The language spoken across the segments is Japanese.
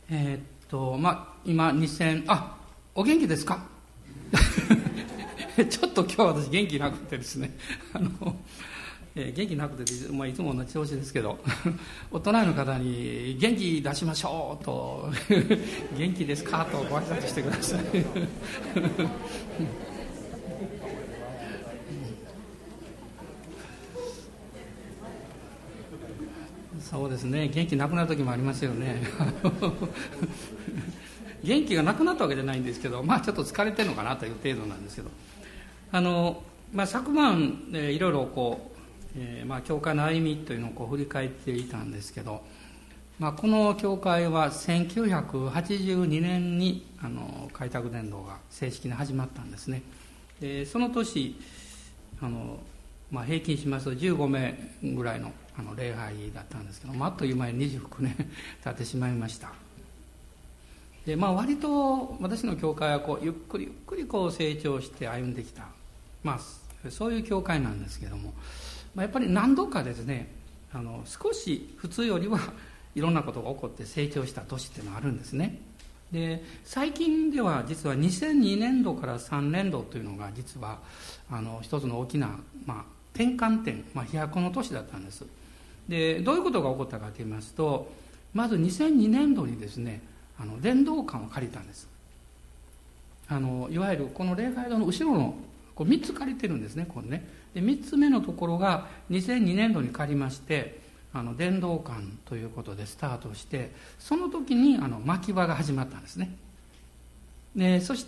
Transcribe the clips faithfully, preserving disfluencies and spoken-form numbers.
えー、っとまあ今にせんあお元気ですかちょっと今日は私元気なくてですねあの、えー、元気なくて、まあ、いつもの調子ですけどお隣の方に元気出しましょうと元気ですかとご挨拶してくださいそうですね、元気なくなる時もありますよね元気がなくなったわけじゃないんですけど、まあちょっと疲れてるのかなという程度なんですけど、あの、まあ、昨晩、えー、いろいろこう、えーまあ、教会の歩みというのをこう振り返っていたんですけど、まあ、この教会はせんきゅうひゃくはちじゅうにねんにあの開拓伝道が正式に始まったんですね。でその年あの、まあ、平均しますとじゅうごめいぐらいのあの礼拝だったんですけど、まあ、あっという間ににじゅうきゅうねん経ってしまいました。で、まあ、割と私の教会はこうゆっくりゆっくりこう成長して歩んできた、まあ、そういう教会なんですけども、まあ、やっぱり何度かですねあの少し普通よりはいろんなことが起こって成長した年っていうのがあるんですね。で最近では実はにせんにねんどからさんねんどというのが実はあの一つの大きな、まあ、転換点、まあ、飛躍の年だったんです。でどういうことが起こったかといいますと、まずにせんにねんどにですねあの伝道館を借りたんです。あのいわゆるこの礼拝堂の後ろのこうみっつ借りてるんですね。これねでみっつめのところがにせんにねんどに借りましてあの伝道館ということでスタートして、その時にあの牧場が始まったんですね。でそして、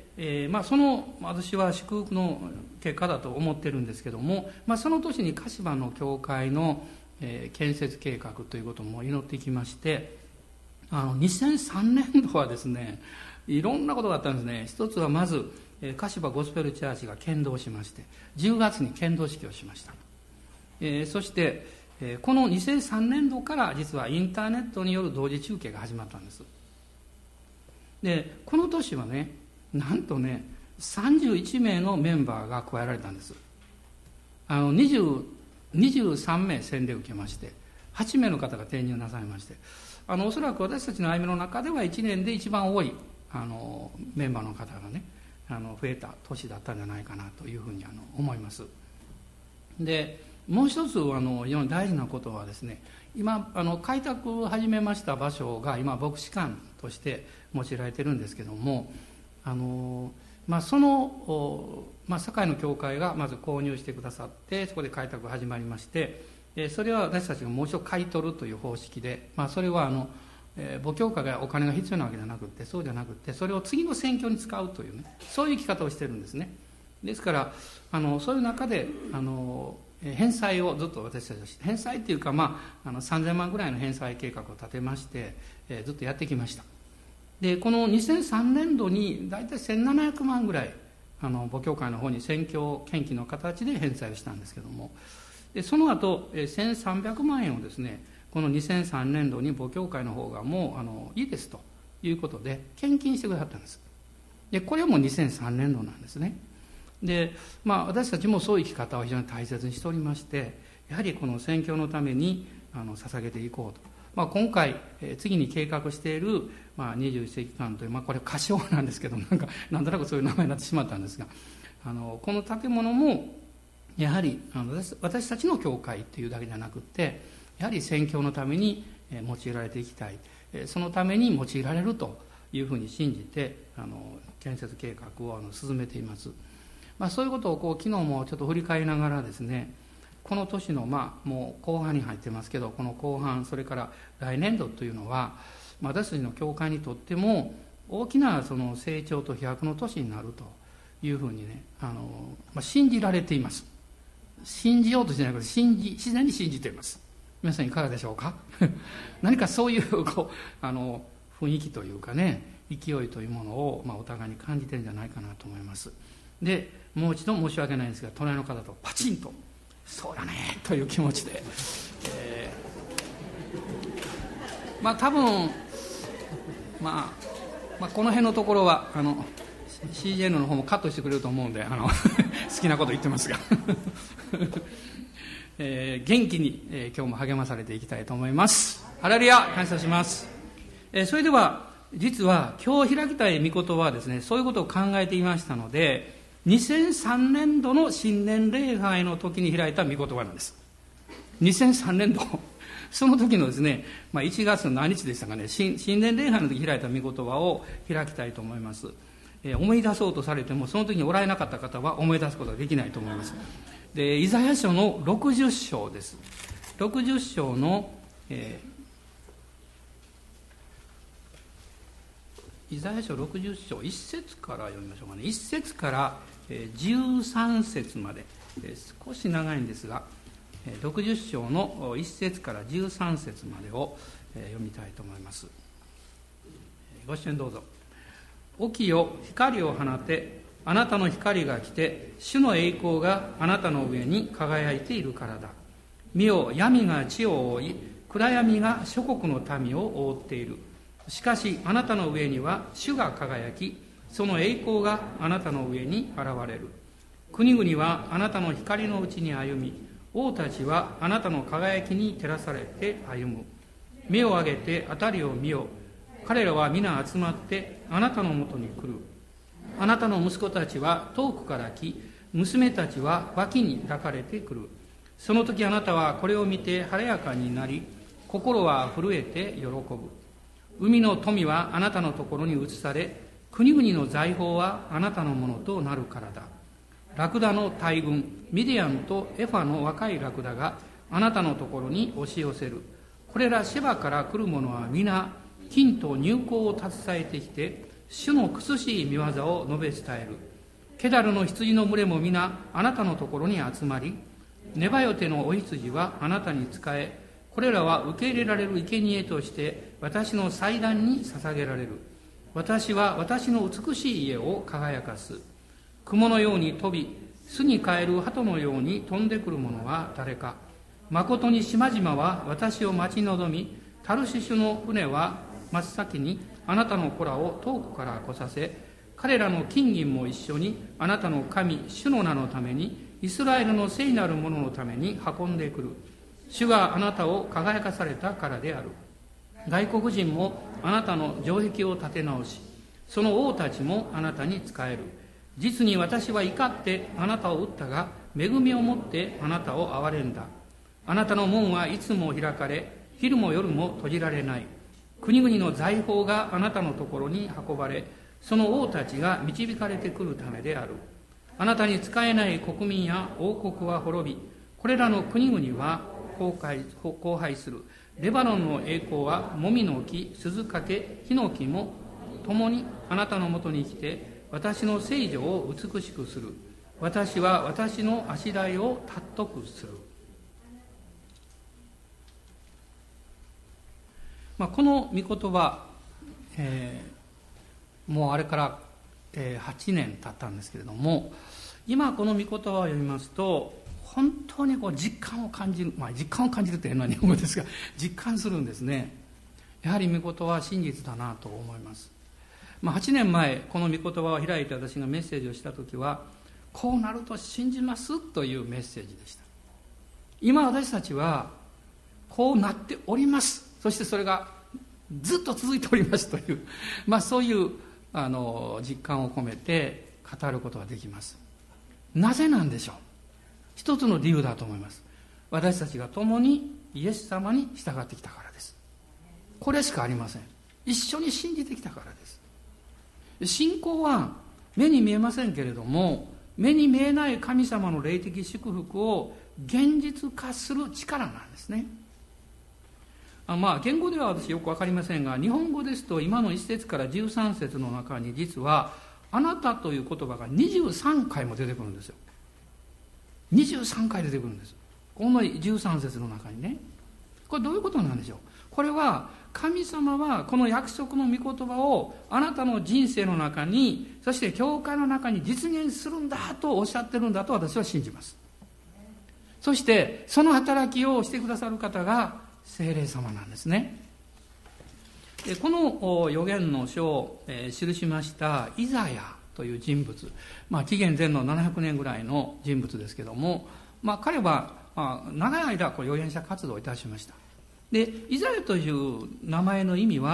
えーまあ、その私は祝福の結果だと思ってるんですけども、まあ、その年に鹿島の教会の、えー、建設計画ということも祈っていきまして、あのにせんさんねんどはですねいろんなことがあったんですね。一つはまず鹿島ゴスペルチャーチが献堂しましてじゅうがつに献堂式をしました。えー、そしてこのにせんさんねんどから実はインターネットによる同時中継が始まったんです。でこの年はねなんとねさんじゅういちめいのメンバーが加えられたんです。あの にじゅう、にじゅうさんめい洗礼を受けましてはちめいの方が転入なさいまして、あのおそらく私たちの歩みの中ではいちねんで一番多いあのメンバーの方がねあの増えた年だったんじゃないかなというふうにあの思います。でもう一つあの非常に大事なことはですね、今あの開拓を始めました場所が今牧師館として用いられてるんですけども、あの、まあ、その、まあ、堺の教会がまず購入してくださってそこで開拓が始まりまして、それは私たちがもう一度買い取るという方式で、まあ、それはあの母教会がお金が必要なわけじゃなくて、そうじゃなくてそれを次の宣教に使うというね、そういう生き方をしてるんですね。ですからあのそういう中であの返済をずっと私たちはして、返済っていうか、まあ、あのさんぜんまんぐらいの返済計画を立てまして、えー、ずっとやってきました。でこのにせんさんねんどに大体せんななひゃくまんぐらいあの母教会の方に宣教献金の形で返済をしたんですけども、でその後せんさんびゃくまんえんをですねこのにせんさんねんどに母教会の方がもうあのいいですということで献金してくださったんです。でこれはもうにせんさんねんどなんですね。で、まあ、私たちもそういう生き方を非常に大切にしておりまして、やはりこの宣教のためにあの捧げていこうと、まあ、今回、えー、次に計画している、まあ、にじゅういっせいきかんという、まあ、これ仮称なんですけど、なんかなんとなくそういう名前になってしまったんですが、あのこの建物もやはりあの 私, 私たちの教会というだけじゃなくて、やはり宣教のために用いられていきたい、そのために用いられるというふうに信じてあの建設計画をあの進めています。まあ、そういうことをこう昨日もちょっと振り返りながらですね、この年のまあもう後半に入ってますけど、この後半それから来年度というのは、まあ、私たちの教会にとっても大きなその成長と飛躍の年になるというふうにね、あの、まあ、信じられています。信じようとしてないけど信じ自然に信じています。皆さんいかがでしょうか何かそういうこうあの雰囲気というかね、勢いというものを、まあ、お互いに感じてるんじゃないかなと思います。でもう一度申し訳ないんですが、隣の方とパチンとそうだねという気持ちで、えー、まあ多分、まあ、まあこの辺のところはあの シージェーエヌ の方もカットしてくれると思うんで、あの好きなこと言ってますが、えー、元気に、えー、今日も励まされていきたいと思います。ハレルヤ、感謝します。 えそれでは実は今日開きたい御言葉はですね、そういうことを考えていましたので、にせんさんねんどの新年礼拝の時に開いた御言葉なんです。にせんさんねんどその時のですね、まあ、いちがつの何日でしたかね、新新年礼拝の時開いた御言葉を開きたいと思います。えー、思い出そうとされてもその時におられなかった方は思い出すことができないと思います。で、イザヤ書のろくじゅっ章です。ろくじゅっ章の、えー、イザヤ書ろくじゅっ章いっ節から読みましょうかね。いっ節からじゅうさん節まで、えー、少し長いんですが、ろくじゅっ章のいっ節からじゅうさん節までを読みたいと思います。ご支援どうぞ。起きよ、光を放て、あなたの光が来て、主の栄光があなたの上に輝いているからだ。見よ、闇が地を覆い、暗闇が諸国の民を覆っている。しかしあなたの上には主が輝き、その栄光があなたの上に現れる。国々はあなたの光のうちに歩み、王たちはあなたの輝きに照らされて歩む。目を上げて辺りを見よ。彼らは皆集まってあなたのもとに来る。あなたの息子たちは遠くから来、娘たちは脇に抱かれてくる。その時あなたはこれを見て晴れやかになり、心は震えて喜ぶ。海の富はあなたのところに移され、国々の財宝はあなたのものとなるからだ。ラクダの大群、ミディアンとエファの若いラクダがあなたのところに押し寄せる。これらシェバから来る者は皆、金と乳香を携えてきて、主の苦しい見業を述べ伝える。ケダルの羊の群れも皆、あなたのところに集まり、ネバヨテのお羊はあなたに仕え、これらは受け入れられる生贄として、私の祭壇に捧げられる。私は私の美しい家を輝かす。雲のように飛び、巣に帰る鳩のように飛んでくる者は誰か。まことに島々は私を待ち望み、タルシシュの船は真っ先にあなたの子らを遠くから来させ、彼らの金銀も一緒にあなたの神、主の名のために、イスラエルの聖なる者のために運んでくる。主があなたを輝かされたからである。外国人もあなたの城壁を建て直し、その王たちもあなたに仕える。実に私は怒ってあなたを撃ったが、恵みをもってあなたを憐れんだ。あなたの門はいつも開かれ、昼も夜も閉じられない。国々の財宝があなたのところに運ばれ、その王たちが導かれてくるためである。あなたに仕えない国民や王国は滅び、これらの国々は荒廃、荒廃する。レバノンの栄光はもみの木、鈴掛、ヒノキも共にあなたのもとに来て、私の聖女を美しくする。私は私の足台を尊くする。まあ、この御言葉、えー、もうあれから、えー、はちねん経ったんですけれども、今この御言葉を読みますと、本当にこう実感を感じる、まあ、実感を感じるって変な日本語ですが、実感するんですね。やはり御言葉は真実だなと思います。まあ、はちねんまえこの御言葉を開いて私がメッセージをしたときは、こうなると信じますというメッセージでした。今私たちはこうなっております、そしてそれがずっと続いておりますという、まあ、そういうあの実感を込めて語ることができます。なぜなんでしょう。一つの理由だと思います。私たちが共にイエス様に従ってきたからです。これしかありません。一緒に信じてきたからです。信仰は目に見えませんけれども、目に見えない神様の霊的祝福を現実化する力なんですね。あまあ言語では私よく分かりませんが、日本語ですと今のいち節からじゅうさん節の中に実はあなたという言葉がにじゅうさんかいも出てくるんですよ。にじゅうさんかい出てくるんです。このじゅうさん節の中にね。これどういうことなんでしょう。これは神様はこの約束の御言葉をあなたの人生の中に、そして教会の中に実現するんだとおっしゃってるんだと私は信じます。そしてその働きをしてくださる方が聖霊様なんですね。でこの預言の書を、えー、記しましたイザヤという人物、まあ、紀元前のななひゃくねんぐらいの人物ですけども、まあ、彼は、まあ、長い間こう預言者活動をいたしました。でイザヤという名前の意味は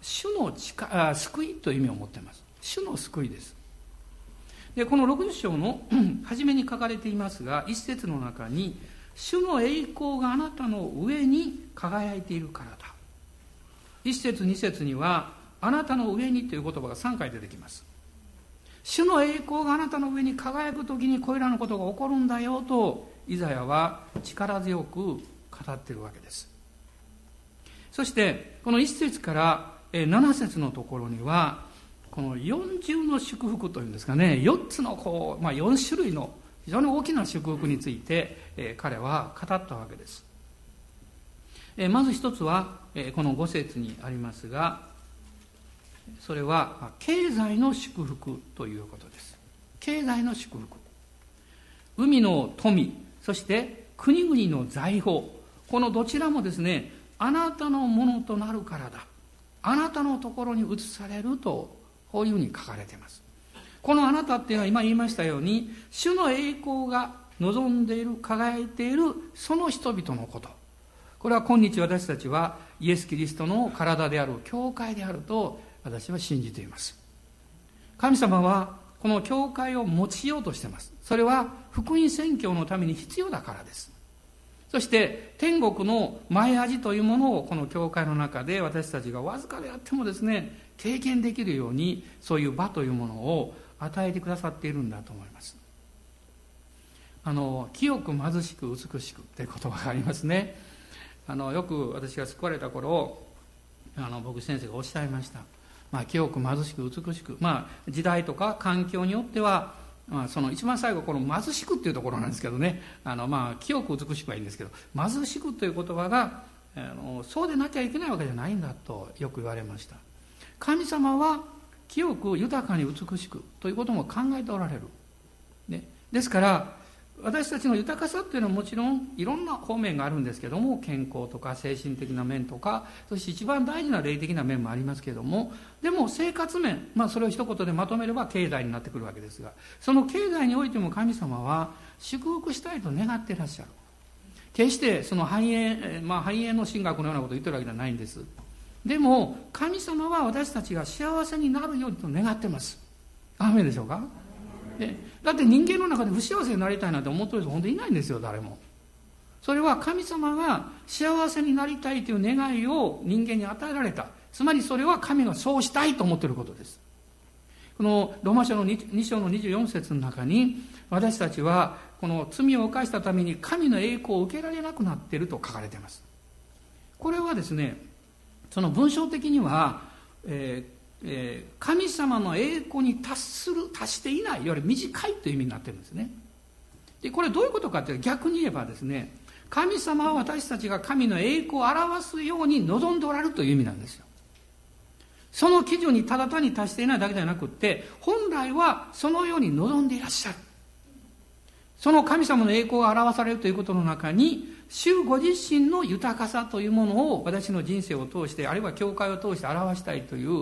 主の力、あ、救いという意味を持っています。主の救いです。で、このろくじゅっ章の初めに書かれていますが、一節の中に、主の栄光があなたの上に輝いているからだ。一節二節には、あなたの上にという言葉がさんかい出てきます。主の栄光があなたの上に輝くときにこれらのことが起こるんだよと、イザヤは力強く語っているわけです。そして、この一節から七節のところには、この四重の祝福というんですかね、四つのこう、まあ、四種類の非常に大きな祝福について、えー、彼は語ったわけです。えー、まず一つは、えー、この五節にありますが、それは経済の祝福ということです。経済の祝福。海の富、そして国々の財宝、このどちらもですね、あなたのものとなるからだ。あなたのところに移されると、こういうふうに書かれています。このあなたっていうのは今言いましたように、主の栄光が望んでいる、輝いている、その人々のこと。これは今日私たちはイエス・キリストの体である教会であると私は信じています。神様はこの教会を持ちようとしています。それは福音宣教のために必要だからです。そして天国の前味というものをこの教会の中で私たちがわずかであってもですね、経験できるようにそういう場というものを与えてくださっているんだと思います。あの清く貧しく美しくという言葉がありますね。あのよく私が救われた頃、あの僕先生がおっしゃいました。まあ、清く貧しく美しく、まあ、時代とか環境によっては、まあ、その一番最後この貧しくっていうところなんですけどね、あのまあ清く美しくはいいんですけど、貧しくという言葉があのそうでなきゃいけないわけじゃないんだとよく言われました。神様は清く豊かに美しくということも考えておられる、ね、ですから私たちの豊かさっていうのはもちろんいろんな方面があるんですけども、健康とか精神的な面とか、そして一番大事な霊的な面もありますけれども、でも生活面、まあそれを一言でまとめれば経済になってくるわけですが、その経済においても神様は祝福したいと願っていらっしゃる。決してその繁栄、まあ繁栄の神学のようなことを言ってるわけじゃないんです。でも神様は私たちが幸せになるようにと願ってます。アーメンでしょうか。でだって人間の中で不幸せになりたいなんて思ってる人本当にいないんですよ、誰も。それは神様が幸せになりたいという願いを人間に与えられた。つまりそれは神がそうしたいと思っていることです。このローマ書の に, に章のにじゅうよん節の中に、私たちはこの罪を犯したために神の栄光を受けられなくなっていると書かれています。これはですね、その文章的には、えーえー、神様の栄光に達する、達していない、いわゆる短いという意味になっているんですね。で、これどういうことかというと、逆に言えばですね、神様は私たちが神の栄光を表すように望んでおられるという意味なんですよ。その基準にただ単に達していないだけではなくって、本来はそのように望んでいらっしゃる。その神様の栄光が表されるということの中に、主ご自身の豊かさというものを私の人生を通して、あるいは教会を通して表したいという、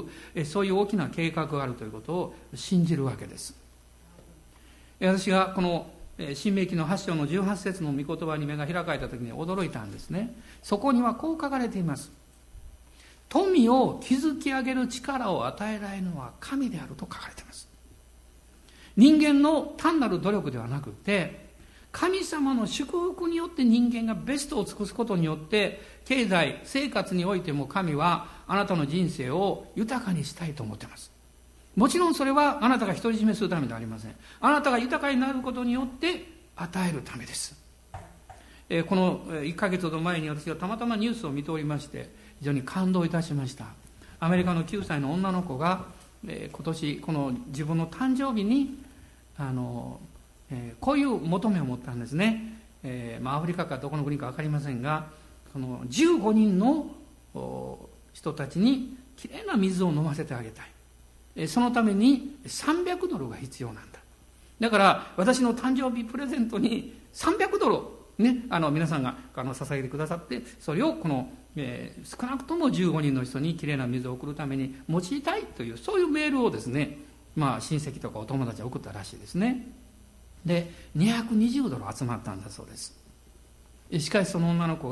そういう大きな計画があるということを信じるわけです。私がこの申命記のはち章のじゅうはち節の御言葉に目が開かれた時に驚いたんですね。そこにはこう書かれています。富を築き上げる力を与えられるのは神であると書かれています。人間の単なる努力ではなくて、神様の祝福によって人間がベストを尽くすことによって、経済、生活においても神はあなたの人生を豊かにしたいと思っています。もちろんそれはあなたが独り占めするためではありません。あなたが豊かになることによって与えるためです。えー、このいっかげつほど前に私がたまたまニュースを見ておりまして、非常に感動いたしました。アメリカのきゅうさいの女の子が、えー、今年この自分の誕生日にあのえー、こういう求めを持ったんですね。えーまあ、アフリカかどこの国か分かりませんが、そのじゅうごにんの人たちにきれいな水を飲ませてあげたい。えー、そのためにさんびゃくドルが必要なんだ。だから私の誕生日プレゼントにさんびゃくドル、ね、あの皆さんがあの捧げてくださって、それをこの、えー、少なくともじゅうごにんの人にきれいな水を送るために用いたいという、そういうメールをですね、まあ、親戚とかお友達が送ったらしいですね。でにひゃくにじゅうドル集まったんだそうです。しかしその女の子が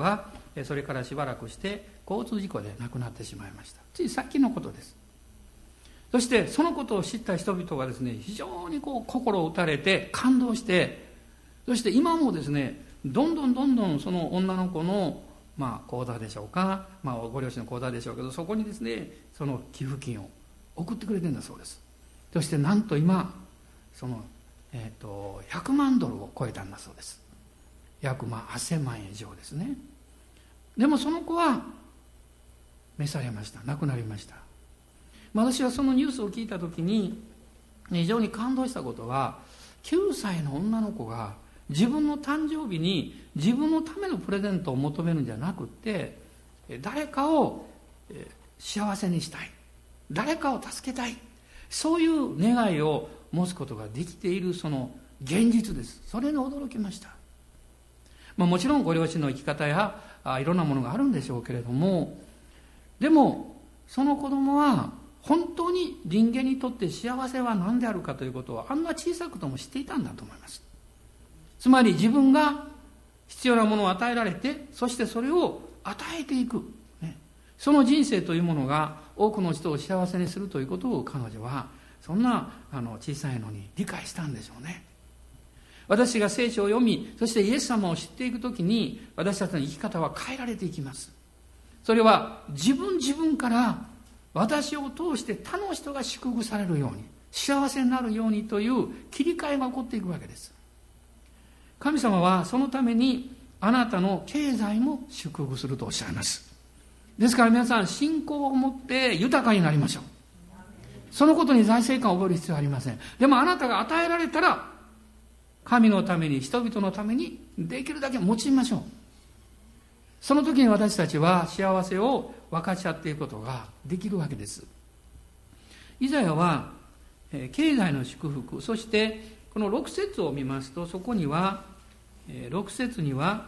それからしばらくして交通事故で亡くなってしまいました。ついさっきのことです。そしてそのことを知った人々がですね、非常にこう心を打たれて感動して、そして今もですね、どんどんどんどんその女の子のまあ口座でしょうか、まあ、ご両親の口座でしょうけど、そこにですねその寄付金を送ってくれてるんだそうです。そしてなんと今その、えー、とひゃくまんドルを超えたんだそうです。約まあはっせんまんえん以上ですね。でもその子は召されました。亡くなりました。私はそのニュースを聞いたときに非常に感動したことは、きゅうさいの女の子が自分の誕生日に自分のためのプレゼントを求めるんじゃなくて、誰かを幸せにしたい、誰かを助けたい、そういう願いを持つことができているその現実です。それに驚きました。まあ、もちろんご両親の生き方やあいろんなものがあるんでしょうけれども、でもその子供は本当に人間にとって幸せは何であるかということをあんな小さくとも知っていたんだと思います。つまり自分が必要なものを与えられて、そしてそれを与えていく、ね、その人生というものが多くの人を幸せにするということを彼女はそんなあの小さいのに理解したんでしょうね。私が聖書を読み、そしてイエス様を知っていくときに私たちの生き方は変えられていきます。それは自分自分から私を通して他の人が祝福されるように、幸せになるようにという切り替えが起こっていくわけです。神様はそのためにあなたの経済も祝福するとおっしゃいます。ですから皆さん、信仰を持って豊かになりましょう。そのことに財政感を覚える必要はありません。でもあなたが与えられたら、神のために、人々のためにできるだけ用いましょう。その時に私たちは幸せを分かち合っていくことができるわけです。イザヤは経済の祝福、そしてこのろく節を見ますと、そこにはろく節には、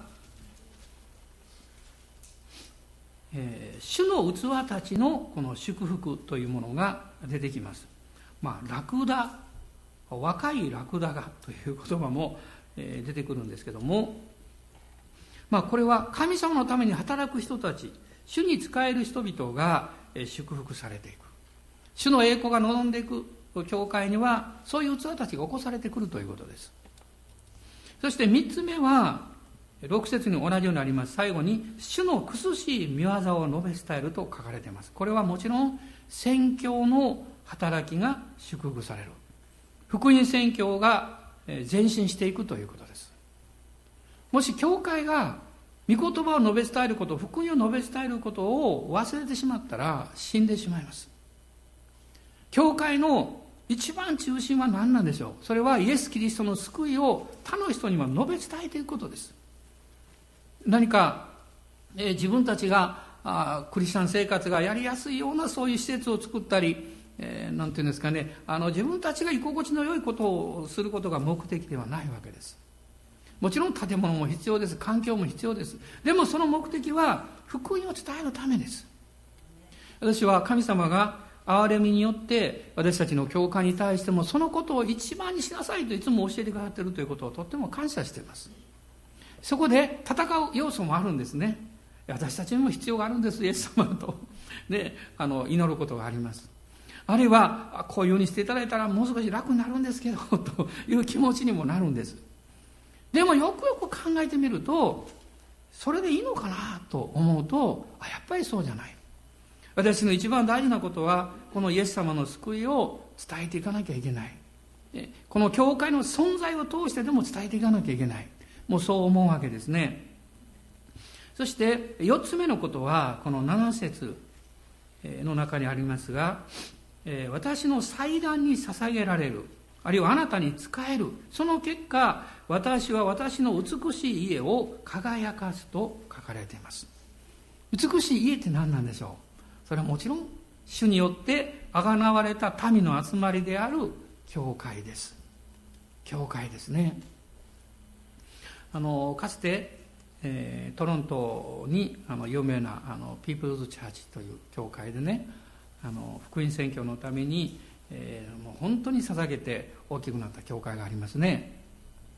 えー、主の器たちのこの祝福というものが出てきます。まあ、ラクダ、若いラクダがという言葉も、えー、出てくるんですけども、まあ、これは神様のために働く人たち、主に仕える人々が祝福されていく。主の栄光が望んでいく教会には、そういう器たちが起こされてくるということです。そして三つ目は、六節に同じようになります。最後に、主の苦しい見業を述べ伝えると書かれています。これはもちろん、宣教の働きが祝福される。福音宣教が前進していくということです。もし教会が御言葉を述べ伝えること、福音を述べ伝えることを忘れてしまったら死んでしまいます。教会の一番中心は何なんでしょう。それはイエス・キリストの救いを他の人にも述べ伝えていくことです。何か、えー、自分たちがあクリスチャン生活がやりやすいようなそういう施設を作ったり、えー、なんていうんですかね、あの自分たちが居心地の良いことをすることが目的ではないわけです。もちろん建物も必要です。環境も必要です。でもその目的は福音を伝えるためです。私は神様が憐れみによって私たちの教会に対してもそのことを一番にしなさいといつも教えてくださっているということをとっても感謝しています。そこで戦う要素もあるんですね。私たちにも必要があるんです、イエス様と、ね、あの祈ることがあります。あるいはこういうようにしていただいたらもう少し楽になるんですけどという気持ちにもなるんです。でもよくよく考えてみると、それでいいのかなと思うと、あ、やっぱりそうじゃない。私の一番大事なことは、このイエス様の救いを伝えていかなきゃいけない。この教会の存在を通してでも伝えていかなきゃいけない。もうそう思うわけですね。そして四つ目のことは、この七節の中にありますが、私の祭壇に捧げられる、あるいはあなたに仕える、その結果、私は私の美しい家を輝かすと書かれています。美しい家って何なんでしょう。それはもちろん主によって贖われた民の集まりである教会です。教会ですね。あのかつて、えー、トロントにあの有名なあのピープルズチャーチという教会でね、あの福音宣教のために、えー、もう本当に捧げて大きくなった教会がありますね。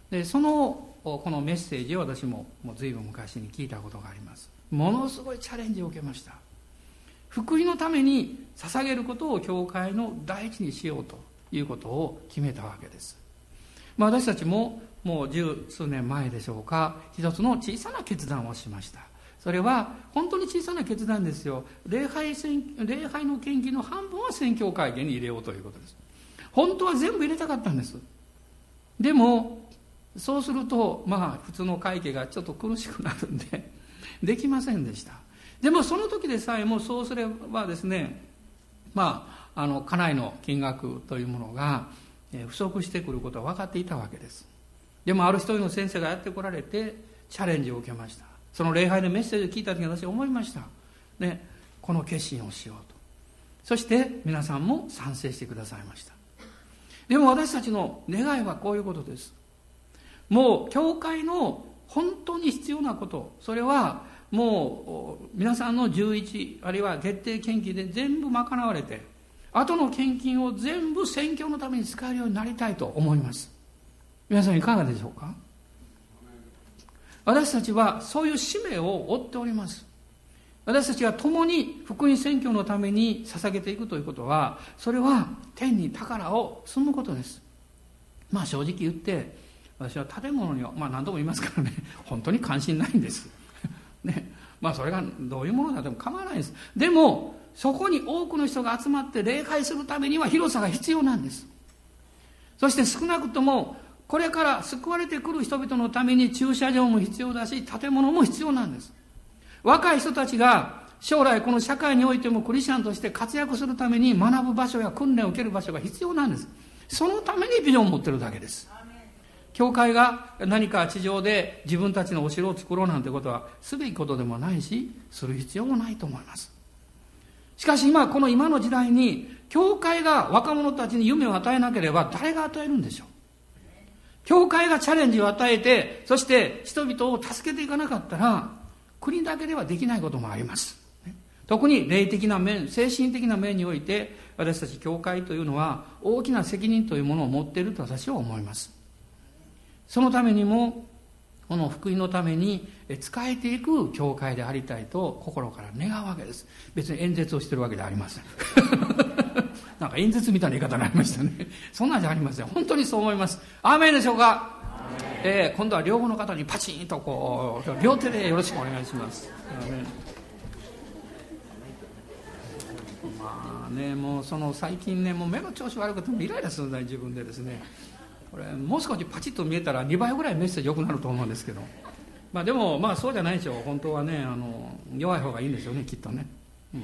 でそのこのメッセージを私ももう随分昔に聞いたことがあります。ものすごいチャレンジを受けました。福音のために捧げることを教会の第一にしようということを決めたわけです。まあ、私たちももう十数年前でしょうか、一つの小さな決断をしました。それは本当に小さな決断ですよ。礼拝礼拝の献金の半分は宣教会計に入れようということです。本当は全部入れたかったんです。でもそうするとまあ普通の会計がちょっと苦しくなるんでできませんでした。でもその時でさえもそうすればですね、まああの家内の金額というものが不足してくることは分かっていたわけです。でもある一人の先生がやってこられてチャレンジを受けました。その礼拝でメッセージを聞いた時に私は思いました、ね、この決心をしようと。そして皆さんも賛成してくださいました。でも私たちの願いはこういうことです。もう教会の本当に必要なこと、それはもう皆さんのじゅういちあるいは月定献金で全部賄われて、後の献金を全部宣教のために使えるようになりたいと思います。皆さんいかがでしょうか。私たちはそういう使命を負っております。私たちが共に福音宣教のために捧げていくということは、それは天に宝を積むことです。まあ正直言って私は建物には、まあ、何度も言いますからね、本当に関心ないんですね。まあそれがどういうものでも構わないんです。でもそこに多くの人が集まって礼拝するためには広さが必要なんです。そして少なくともこれから救われてくる人々のために駐車場も必要だし、建物も必要なんです。若い人たちが将来この社会においてもクリスチャンとして活躍するために学ぶ場所や訓練を受ける場所が必要なんです。そのためにビジョンを持ってるだけです。教会が何か地上で自分たちのお城を作ろうなんてことはすべきことでもないし、する必要もないと思います。しかし今この今の時代に教会が若者たちに夢を与えなければ誰が与えるんでしょう。教会がチャレンジを与えて、そして人々を助けていかなかったら国だけではできないこともあります。特に霊的な面、精神的な面において私たち教会というのは大きな責任というものを持っていると私は思います。そのためにもこの福音のために仕えていく教会でありたいと心から願うわけです。別に演説をしているわけではありませんなんか演説みたいな言い方になりましたね。そんなんじゃありません。本当にそう思います。アーメンでしょうか。えー、今度は両方の方にパチンとこう両手でよろしくお願いします。アーメン。まあね、もうその最近ね、もう目の調子悪くてもイライラするんだよ自分でですね。これもう少しパチッと見えたらにばいぐらいメッセージ良くなると思うんですけど、まあでもまあそうじゃないでしょう。本当はね、あの弱い方がいいんですよね、きっとね。うん、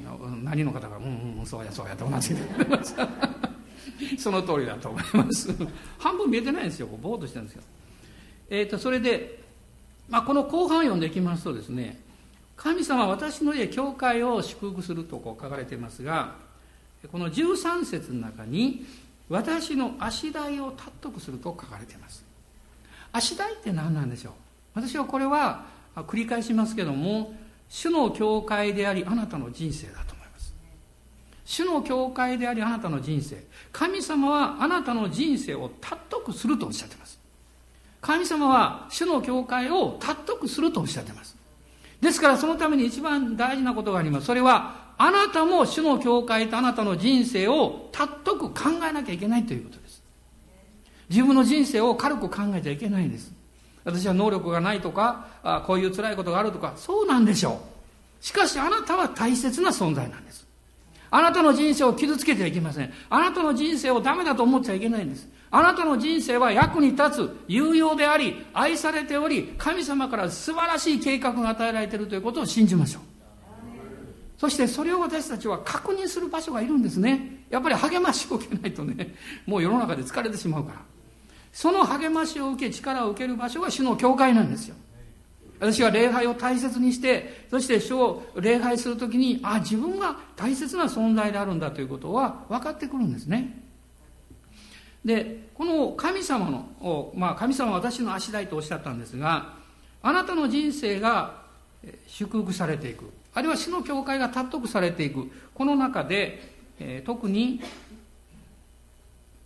何の方がうんうんそうやそうやと同じでその通りだと思います半分見えてないんですよ、ぼーっとしてるんですよ。えーとそれで、まあ、この後半を読んでいきますとですね、神様は私の家教会を祝福するとこう書かれていますが、このじゅうさん節の中に私の足台を尊くすると書かれています。足台って何なんでしょう。私はこれは繰り返しますけども、主の教会でありあなたの人生だと思います。主の教会でありあなたの人生、神様はあなたの人生を尊くするとおっしゃっています。神様は主の教会を尊くするとおっしゃっています。ですからそのために一番大事なことがあります。それはあなたも主の教会とあなたの人生を尊く考えなきゃいけないということです。自分の人生を軽く考えちゃいけないんです。私は能力がないとか、あこういう辛いことがあるとか、そうなんでしょう。しかしあなたは大切な存在なんです。あなたの人生を傷つけてはいけません。あなたの人生をダメだと思っちゃいけないんです。あなたの人生は役に立つ、有用であり、愛されており、神様から素晴らしい計画が与えられているということを信じましょう。そしてそれを私たちは確認する場所がいるんですね。やっぱり励ましを受けないとね、もう世の中で疲れてしまうから。その励ましを受け、力を受ける場所が主の教会なんですよ。私は礼拝を大切にして、そして主を礼拝するときに、あ、自分が大切な存在であるんだということは分かってくるんですね。で、この神様の、まあ神様は私の足台とおっしゃったんですが、あなたの人生が祝福されていく、あるいは主の教会が尊くされていく、この中で、えー、特に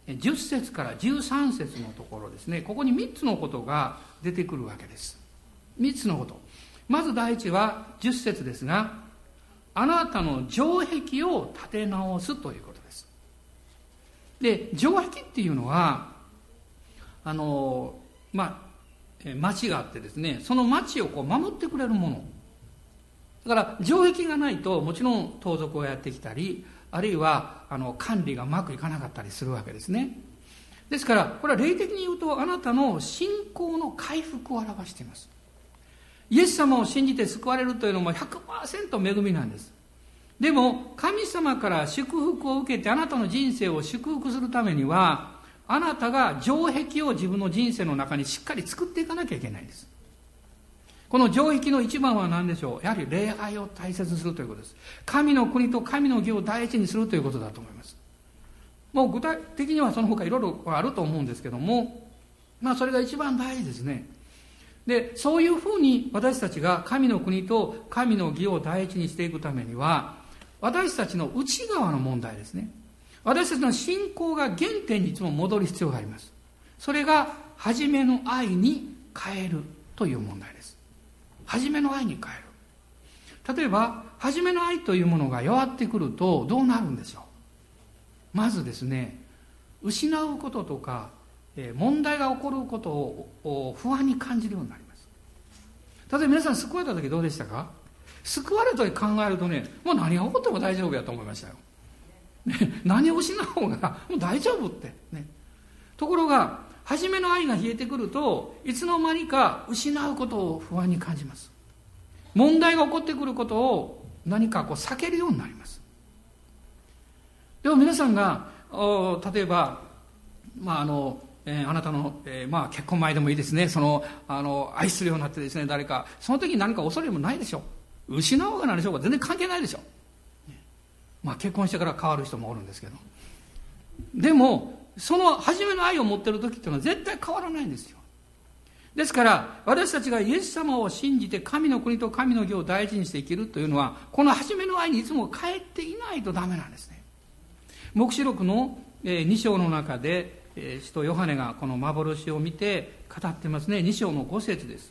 じゅっ節からじゅうさん節のところですね、ここにみっつのことが出てくるわけです。みっつのこと。まず第一はじゅっ節ですが、あなたの城壁を立て直すということです。で、城壁っていうのは、あの、まあ、町があってですね、その町をこう守ってくれるもの。だから城壁がないともちろん盗賊がやってきたり、あるいはあの管理がうまくいかなかったりするわけですね。ですからこれは霊的に言うとあなたの信仰の回復を表しています。イエス様を信じて救われるというのも ひゃくパーセント 恵みなんです。でも神様から祝福を受けてあなたの人生を祝福するためには、あなたが城壁を自分の人生の中にしっかり作っていかなきゃいけないんです。この城壁の一番は何でしょう。やはり礼拝を大切にするということです。神の国と神の義を第一にするということだと思います。もう具体的にはその他いろいろあると思うんですけども、まあそれが一番大事ですね。で、そういうふうに私たちが神の国と神の義を第一にしていくためには、私たちの内側の問題ですね。私たちの信仰が原点にいつも戻る必要があります。それが初めの愛に変えるという問題です。初めの愛に変える。例えば初めの愛というものが弱ってくるとどうなるんでしょう。まずですね、失うこととか問題が起こることを不安に感じるようになります。例えば皆さん救われた時どうでしたか。救われた時考えるとね、もう何が起こっても大丈夫やと思いましたよ、ね、何を失おうがもう大丈夫ってね。ところが初めの愛が冷えてくると、いつの間にか失うことを不安に感じます。問題が起こってくることを何かこう避けるようになります。でも皆さんが例えば、まああのえー、あなたの、えーまあ、結婚前でもいいですね、そのあの愛するようになってですね、誰かその時に何か恐れもないでしょう。失おうが何でしょうか、全然関係ないでしょう。まあ結婚してから変わる人もおるんですけど、でもその初めの愛を持っている時っていうのは絶対変わらないんですよ。ですから私たちがイエス様を信じて神の国と神の義を大事にして生きるというのは、この初めの愛にいつも帰っていないとダメなんですね。黙示録のに章の中で使徒ヨハネがこの幻を見て語ってますね。に章のご節です。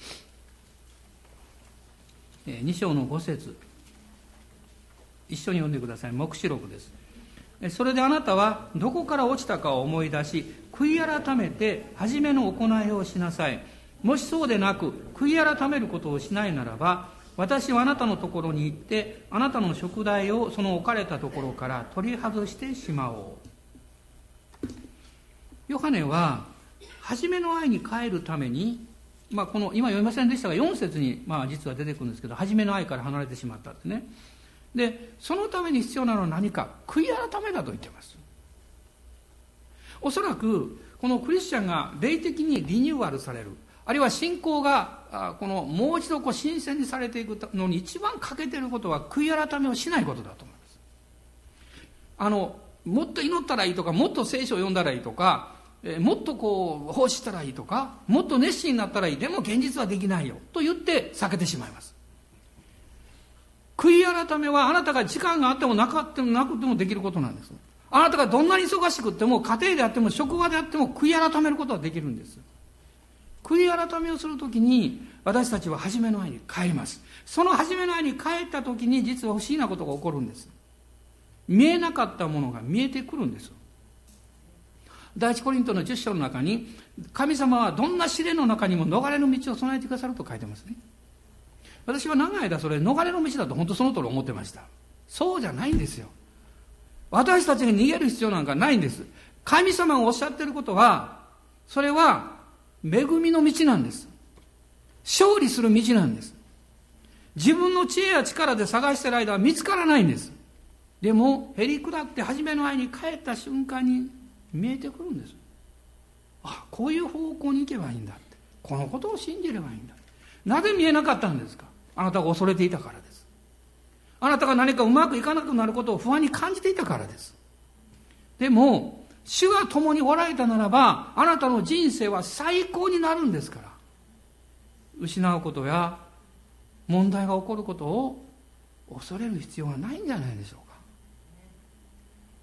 に章のご節、一緒に読んでください。黙示録です。それであなたはどこから落ちたかを思い出し、悔い改めて初めの行いをしなさい。もしそうでなく悔い改めることをしないならば、私はあなたのところに行ってあなたの食材をその置かれたところから取り外してしまおう。ヨハネは初めの愛に帰るために、まあ、この今読みませんでしたがよん節にまあ実は出てくるんですけど、初めの愛から離れてしまったってね。でそのために必要なのは何か、悔い改めだと言っています。おそらくこのクリスチャンが霊的にリニューアルされる、あるいは信仰がこのもう一度こう新鮮にされていくのに一番欠けていることは悔い改めをしないことだと思います。あのもっと祈ったらいいとか、もっと聖書を読んだらいいとか、えもっとこう奉仕したらいいとか、もっと熱心になったらいい、でも現実はできないよと言って避けてしまいます。悔い改めはあなたが時間があってもなかってもなくてもできることなんです。あなたがどんなに忙しくっても、家庭であっても職場であっても悔い改めることはできるんです。悔い改めをするときに私たちは初めの愛に帰ります。その初めの愛に帰ったときに実は不思議なことが起こるんです。見えなかったものが見えてくるんです。第一コリントのじゅっ章の中に、神様はどんな試練の中にも逃れの道を備えてくださると書いてますね。私は長い間それ逃れの道だと本当その通り思ってました。そうじゃないんですよ。私たちが逃げる必要なんかないんです。神様がおっしゃっていることは、それは恵みの道なんです。勝利する道なんです。自分の知恵や力で探している間は見つからないんです。でもへり下って初めの愛に帰った瞬間に見えてくるんです。あ、こういう方向に行けばいいんだって、このことを信じればいいんだ。なぜ見えなかったんですか。あなたが恐れていたからです。あなたが何かうまくいかなくなることを不安に感じていたからです。でも主が共におられたならば、あなたの人生は最高になるんですから、失うことや問題が起こることを恐れる必要はないんじゃないでしょうか。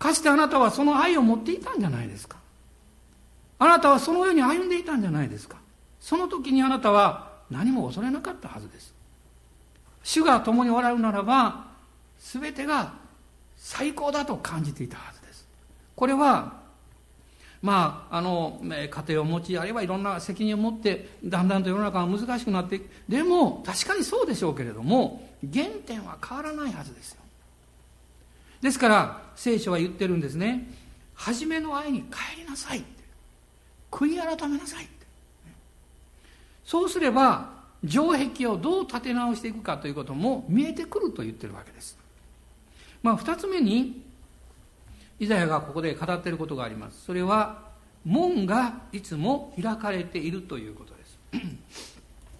かつてあなたはその愛を持っていたんじゃないですか。あなたはそのように歩んでいたんじゃないですか。その時にあなたは何も恐れなかったはずです。主が共におられるならば、すべてが最高だと感じていたはずです。これは、まあ、あの、家庭を持ち、あるいはいろんな責任を持って、だんだんと世の中が難しくなっていく。でも、確かにそうでしょうけれども、原点は変わらないはずですよ。ですから、聖書は言ってるんですね。初めの愛に帰りなさいって。悔い改めなさいって。そうすれば、城壁をどう立て直していくかということも見えてくると言ってるわけです。まあ、二つ目に、イザヤがここで語っていることがあります。それは、門がいつも開かれているということです。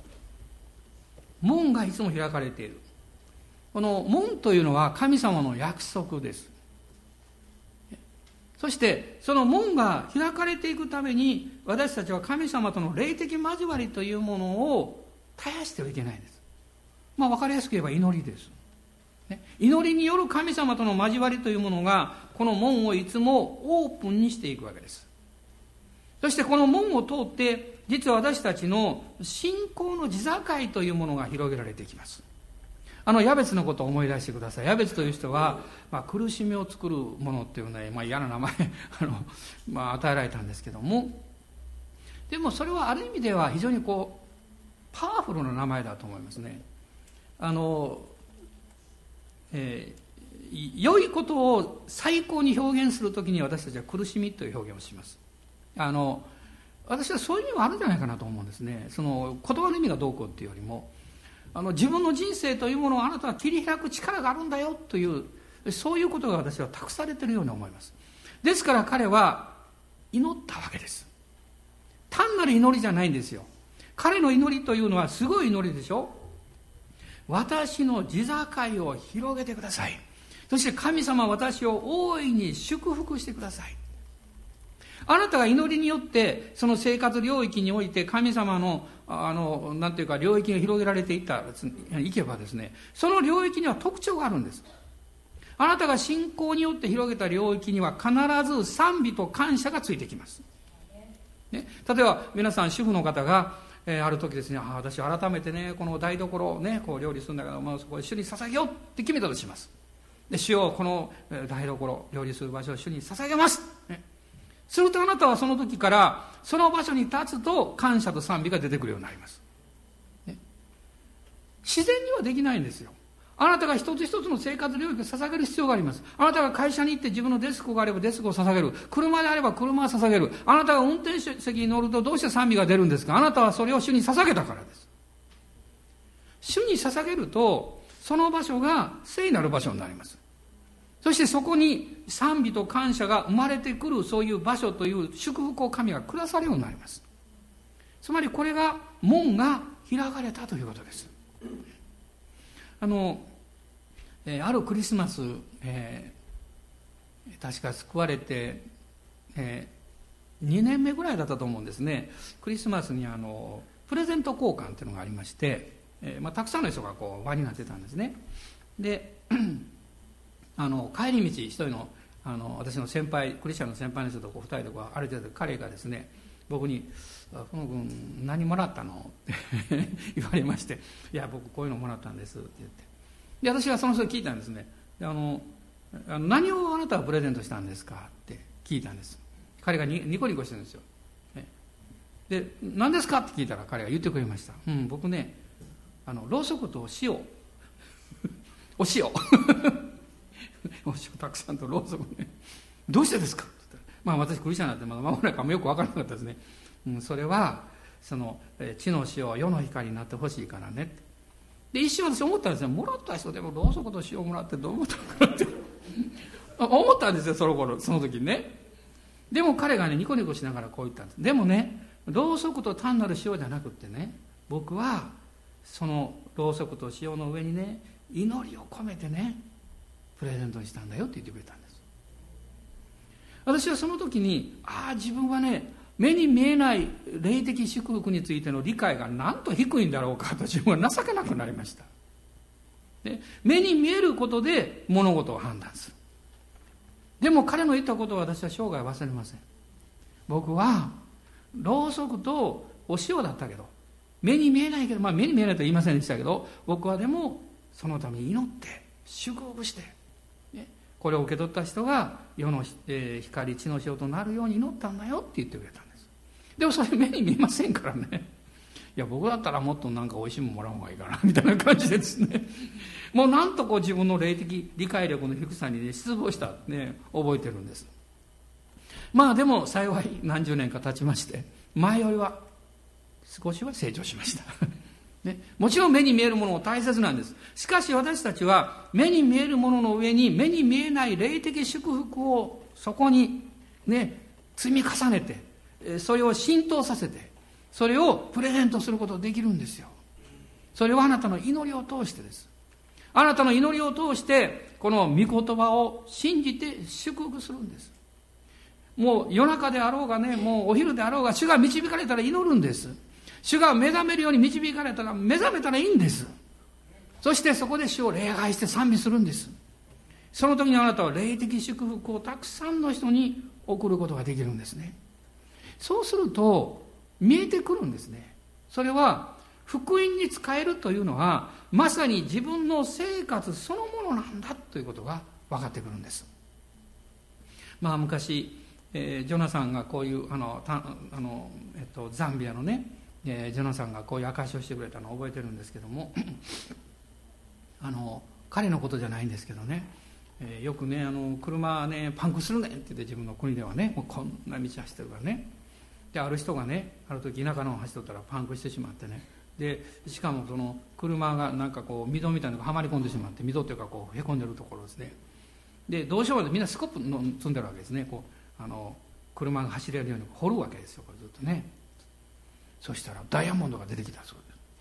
門がいつも開かれている。この門というのは神様の約束です。そしてその門が開かれていくために私たちは神様との霊的交わりというものを絶やしてはいけないんです。まあ分かりやすく言えば祈りです。祈りによる神様との交わりというものがこの門をいつもオープンにしていくわけです。そしてこの門を通って実は私たちの信仰の地境というものが広げられていきます。あのヤベツのことを思い出してください。ヤベツという人は、まあ、苦しみを作るものっていうね、まあ、嫌な名前あの、まあ、与えられたんですけども、でもそれはある意味では非常にこうパワフルな名前だと思いますね。あの、えー、良いことを最高に表現するときに私たちは苦しみという表現をします。あの私はそういう意味もあるんじゃないかなと思うんですね。その言葉の意味がどうこうっていうよりも、あの自分の人生というものをあなたは切り開く力があるんだよという、そういうことが私は託されているように思います。ですから彼は祈ったわけです。単なる祈りじゃないんですよ。彼の祈りというのはすごい祈りでしょ。私の地境を広げてください。そして神様は私を大いに祝福してください。あなたが祈りによってその生活領域において神様のあのなんていうか領域が広げられていったいけばですね、その領域には特徴があるんです。あなたが信仰によって広げた領域には必ず賛美と感謝がついてきます、ね、例えば皆さん主婦の方が、えー、ある時ですね、あ私改めてねこの台所をねこう料理するんだけど、まあ、そこを主に捧げようって決めたとします。で主よこの台所料理する場所を主に捧げます、ね、するとあなたはその時からその場所に立つと感謝と賛美が出てくるようになります、ね、自然にはできないんですよ。あなたが一つ一つの生活領域を捧げる必要があります。あなたが会社に行って自分のデスクがあればデスクを捧げる。車であれば車を捧げる。あなたが運転席に乗るとどうして賛美が出るんですか。あなたはそれを主に捧げたからです。主に捧げるとその場所が聖なる場所になります。そしてそこに賛美と感謝が生まれてくる、そういう場所という祝福を神が下さるようになります。つまりこれが門が開かれたということです。あの、えー、あるクリスマス、えー、確か救われて、えー、にねんめぐらいだったと思うんですね。クリスマスにあのプレゼント交換っていうのがありまして、えーまあ、たくさんの人がこう輪になってたんですね。であの帰り道一人の、あの私の先輩クリスチャンの先輩の人とこうふたりでこう歩いてて、彼がですね僕に「福野君何もらったの?」って言われまして「いや僕こういうのもらったんです」って言って、で私はその人に聞いたんですね。であのあの何をあなたはプレゼントしたんですかって聞いたんです。彼がにニコニコしてるんですよ。で何ですかって聞いたら彼が言ってくれました。うん、僕ねあのろうそくとお塩お塩お塩たくさんとろうそくね。どうしてですかって言ったら、まあ私クリスチャンになってまだ間もないからよく分からなかったですね、うん、それはその地の塩は世の光になってほしいからねって。で一瞬私思ったんですね。もらった人でもろうそくと塩もらってどう思ったのかなって思ったんですよ、その頃その時にね。でも彼がねニコニコしながらこう言ったんです。でもねろうそくと単なる塩じゃなくってね、僕はそのろうそくと塩の上にね祈りを込めてねプレゼントにしたんだよって言ってくれたんです。私はその時にああ自分はね目に見えない霊的祝福についての理解がなんと低いんだろうかと自分は情けなくなりました。で目に見えることで物事を判断する。 でも彼の言ったことは私は生涯忘れません。僕はろうそくとお塩だったけど、目に見えないけど、まあ目に見えないとは言いませんでしたけど、僕はでもそのために祈って祝福して、ね、これを受け取った人が世の、えー、光地の塩となるように祈ったんだよって言ってくれたんです。でもそれ目に見えませんからね。いや僕だったらもっとなんかおいしいものもらう方がいいかなみたいな感じでですね、もうなんとこう自分の霊的理解力の低さに、ね、失望したね覚えてるんです。まあでも幸い何十年か経ちまして、前よりは少しは成長しましたね、もちろん目に見えるものも大切なんです。しかし私たちは目に見えるものの上に目に見えない霊的祝福をそこにね積み重ねて、それを浸透させて、それをプレゼントすることができるんですよ。それはあなたの祈りを通してです。あなたの祈りを通してこの御言葉を信じて祝福するんです。もう夜中であろうがね、もうお昼であろうが、主が導かれたら祈るんです。主が目覚めるように導かれたら目覚めたらいいんです。そしてそこで主を礼拝して賛美するんです。その時にあなたは霊的祝福をたくさんの人に送ることができるんですね。そうすると見えてくるんですね。それは福音に使えるというのはまさに自分の生活そのものなんだということが分かってくるんです。まあ昔、えー、ジョナサンがこういうあのたあの、えっと、ザンビアのね、えー、ジョナサンがこういう証しをしてくれたのを覚えてるんですけどもあの彼のことじゃないんですけどね、えー、よくねあの車ねパンクするねんって言って自分の国ではねもうこんな道走ってるからね、である人がねある時田舎の方走っとったらパンクしてしまってね、でしかもその車がなんかこう溝みたいなのがはまり込んでしまって、溝というかこうへこんでるところですね。でどうしようもないみんなスコップの積んでるわけですね。こうあの車が走れるように掘るわけですよ、これずっとね。そしたらダイヤモンドが出てきたそう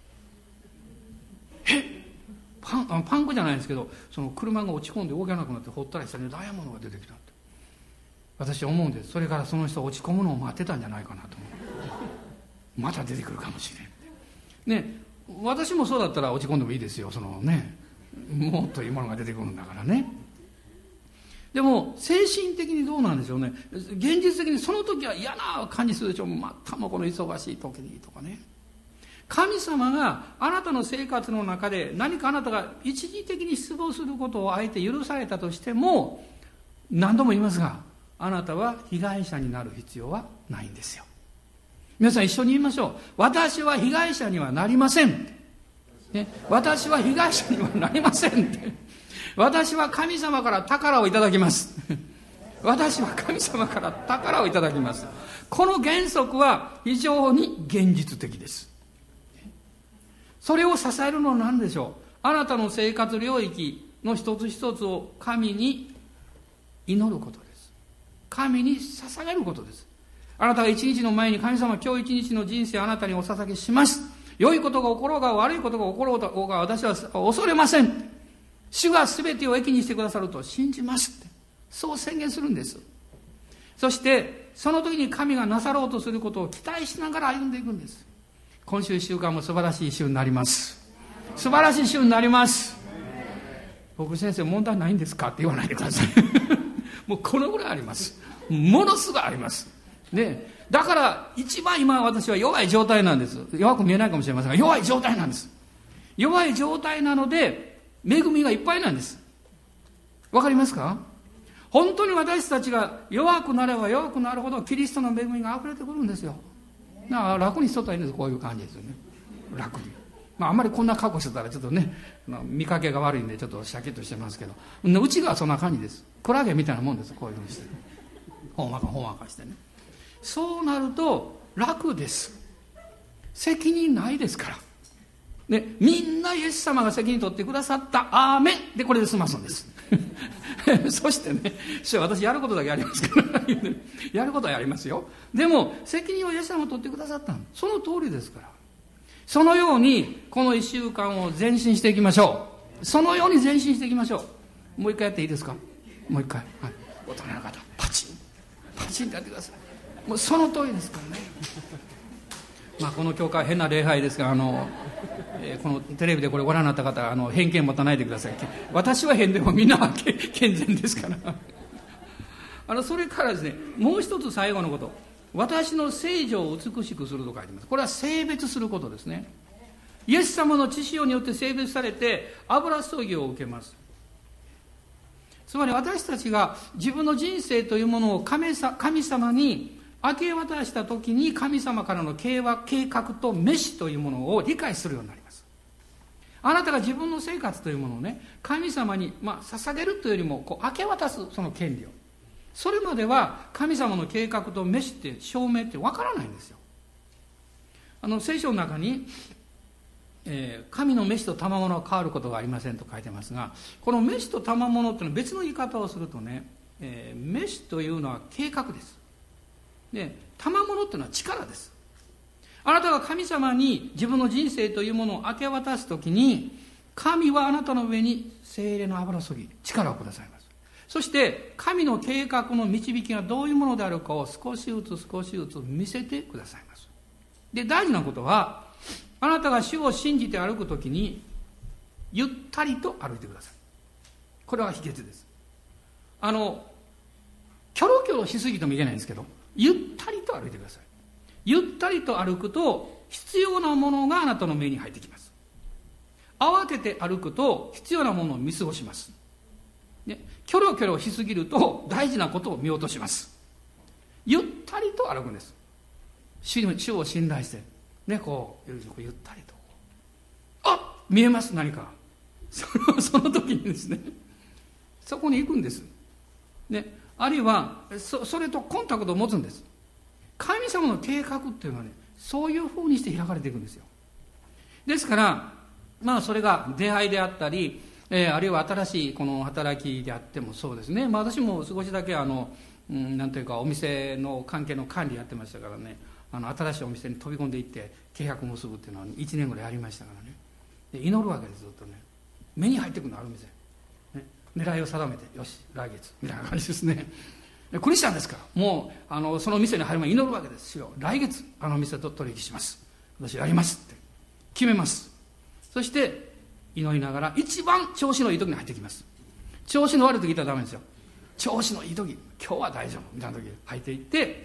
です。えパンあのパンクじゃないんですけど、その車が落ち込んで動けなくなって掘ったら下にダイヤモンドが出てきたって、私は思うんです。それからその人落ち込むのを待ってたんじゃないかなと思う。また出てくるかもしれんね。私もそうだったら落ち込んでもいいですよ。そのねもっといいものが出てくるんだからね。でも精神的にどうなんでしょうね。現実的にその時は嫌な感じするでしょう。またもこの忙しい時にとかね。神様があなたの生活の中で何かあなたが一時的に失望することをあえて許されたとしても、何度も言いますが、あなたは被害者になる必要はないんですよ。皆さん一緒に言いましょう。私は被害者にはなりません、ね、私は被害者にはなりませんって私は神様から宝をいただきます私は神様から宝をいただきます。この原則は非常に現実的です。それを支えるのは何でしょう。あなたの生活領域の一つ一つを神に祈ることです。神に捧げることです。あなたが一日の前に神様、今日一日の人生あなたにお捧げします。良いことが起ころうが悪いことが起ころうが私は恐れません。主が全てを益にしてくださると信じますって、そう宣言するんです。そしてその時に神がなさろうとすることを期待しながら歩んでいくんです。今週いっしゅうかんも素晴らしい週になります。素晴らしい週になります。僕先生問題ないんですかって言わないでくださいもうこのぐらいあります。ものすごいありますね。だから一番今私は弱い状態なんです。弱く見えないかもしれませんが弱い状態なんです。弱い状態なので恵みがいっぱいなんです。わかりますか。本当に私たちが弱くなれば弱くなるほどキリストの恵みが溢れてくるんですよ。だから楽にしとったらいいんです。こういう感じですよね。楽に、まあ、あんまりこんな格好してたらちょっとね見かけが悪いんでちょっとシャキッとしてますけど、内側はそんな感じです。クラゲみたいなもんです。こういうふうにしてほんわかほんわかしてね。そうなると楽です。責任ないですからね、みんなイエス様が責任取ってくださったアーメンでこれで済ますんですそしてね、私やることだけやりますからやることはやりますよ。でも責任をイエス様が取ってくださったの、その通りですから、そのようにこのいっしゅうかんを前進していきましょう。そのように前進していきましょう。もう一回やっていいですか。もう一回、はい、大人の方パチンパチンってやってください。もうその通りですからねまあこの教会変な礼拝ですが、あの、えー、このテレビでこれご覧になった方はあの偏見持たないでください。私は変でもみんなは健全ですからあのそれからですね、もう一つ最後のこと、私の聖女を美しくすると書いてます。これは性別することですね。イエス様の血潮によって性別されて油注ぎを受けます。つまり私たちが自分の人生というものを神様に明け渡したときに、神様からの計画と召しというものを理解するようになります。あなたが自分の生活というものをね、神様に、まあ、捧げるというよりもこう明け渡すその権利を、それまでは神様の計画と召しって証明ってわからないんですよ。あの聖書の中に、えー、神の召しと賜物は変わることがありませんと書いてますが、この召しと賜物っていうのは別の言い方をするとね、えー、召しというのは計画です。で、賜物っていうのは力です。あなたが神様に自分の人生というものを明け渡すときに、神はあなたの上に聖霊の油注ぎ、力をくださいます。そして神の計画の導きがどういうものであるかを少しずつ少しずつ見せてくださいます。で、大事なことは、あなたが主を信じて歩くときにゆったりと歩いてください。これは秘訣です。あのキョロキョロしすぎてもいけないんですけど、ゆったりと歩いてください。ゆったりと歩くと必要なものがあなたの目に入ってきます。慌てて歩くと必要なものを見過ごします。ね、キョロキョロしすぎると大事なことを見落とします。ゆったりと歩くんです。主を信頼してね、こうゆったりと、あ、見えます、何か。そのその時にですね、そこに行くんです。ね、あるいは そ, それとコンタクトを持つんです。神様の計画っていうのはね、そういうふうにして開かれていくんですよ。ですから、まあそれが出会いであったり、えー、あるいは新しいこの働きであってもそうですね。まあ私も少しだけあの、うん、なんというかお店の関係の管理やってましたからね、あの新しいお店に飛び込んでいって契約結ぶっていうのはいちねんぐらいやりましたからね。で祈るわけです。ずっとね、目に入ってくるのある店、ね、狙いを定めて、よし来月みたいな感じですね。でクリスチャンですからもうあのその店に入る前に祈るわけですよ。来月あの店と取引します、私やりますって決めます。そして祈りながら一番調子のいい時に入ってきます。調子の悪い時言ったらダメですよ。調子のいい時、今日は大丈夫みたいな時に入っていって、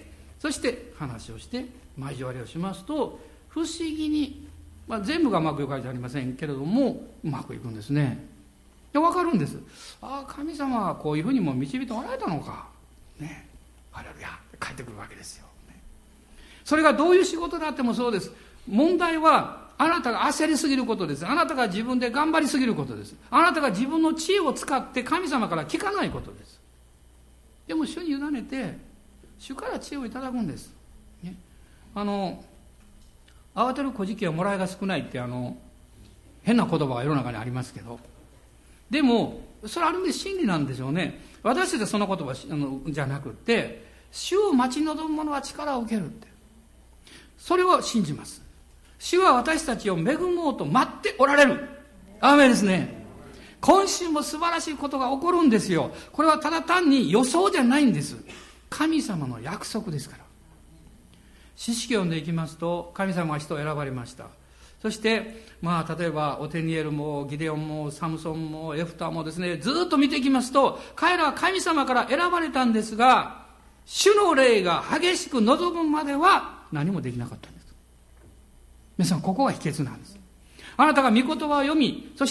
そして話をして交わりをしますと、不思議に、まあ、全部がうまくいくわけじゃありませんけれどもうまくいくんですね。で分かるんです。ああ、神様はこういうふうにも導いておられたのかね、ハレルヤって帰ってくるわけですよ、ね、それがどういう仕事であってもそうです。問題はあなたが焦りすぎることです。あなたが自分で頑張りすぎることです。あなたが自分の知恵を使って神様から聞かないことです。でも主に委ねて主から知恵をいただくんです、ね、あの慌てる小じはもらいが少ないってあの変な言葉が世の中にありますけど、でもそれある意味真理なんでしょうね。私たちはその言葉あのじゃなくって主を待ち望む者は力を受けるって、それを信じます。主は私たちを恵もうと待っておられる。アーメンですね。今週も素晴らしいことが起こるんですよ。これはただ単に予想じゃないんです。神様の約束ですから。詩式を読んでいきますと、神様は人を選ばれました。そしてまあ例えばオテニエルもギデオンもサムソンもエフターもですね、ずっと見ていきますと彼らは神様から選ばれたんですが、主の霊が激しく望むまでは何もできなかったんです。皆さん、ここが秘訣なんです。あなたが御言葉を読み、そして、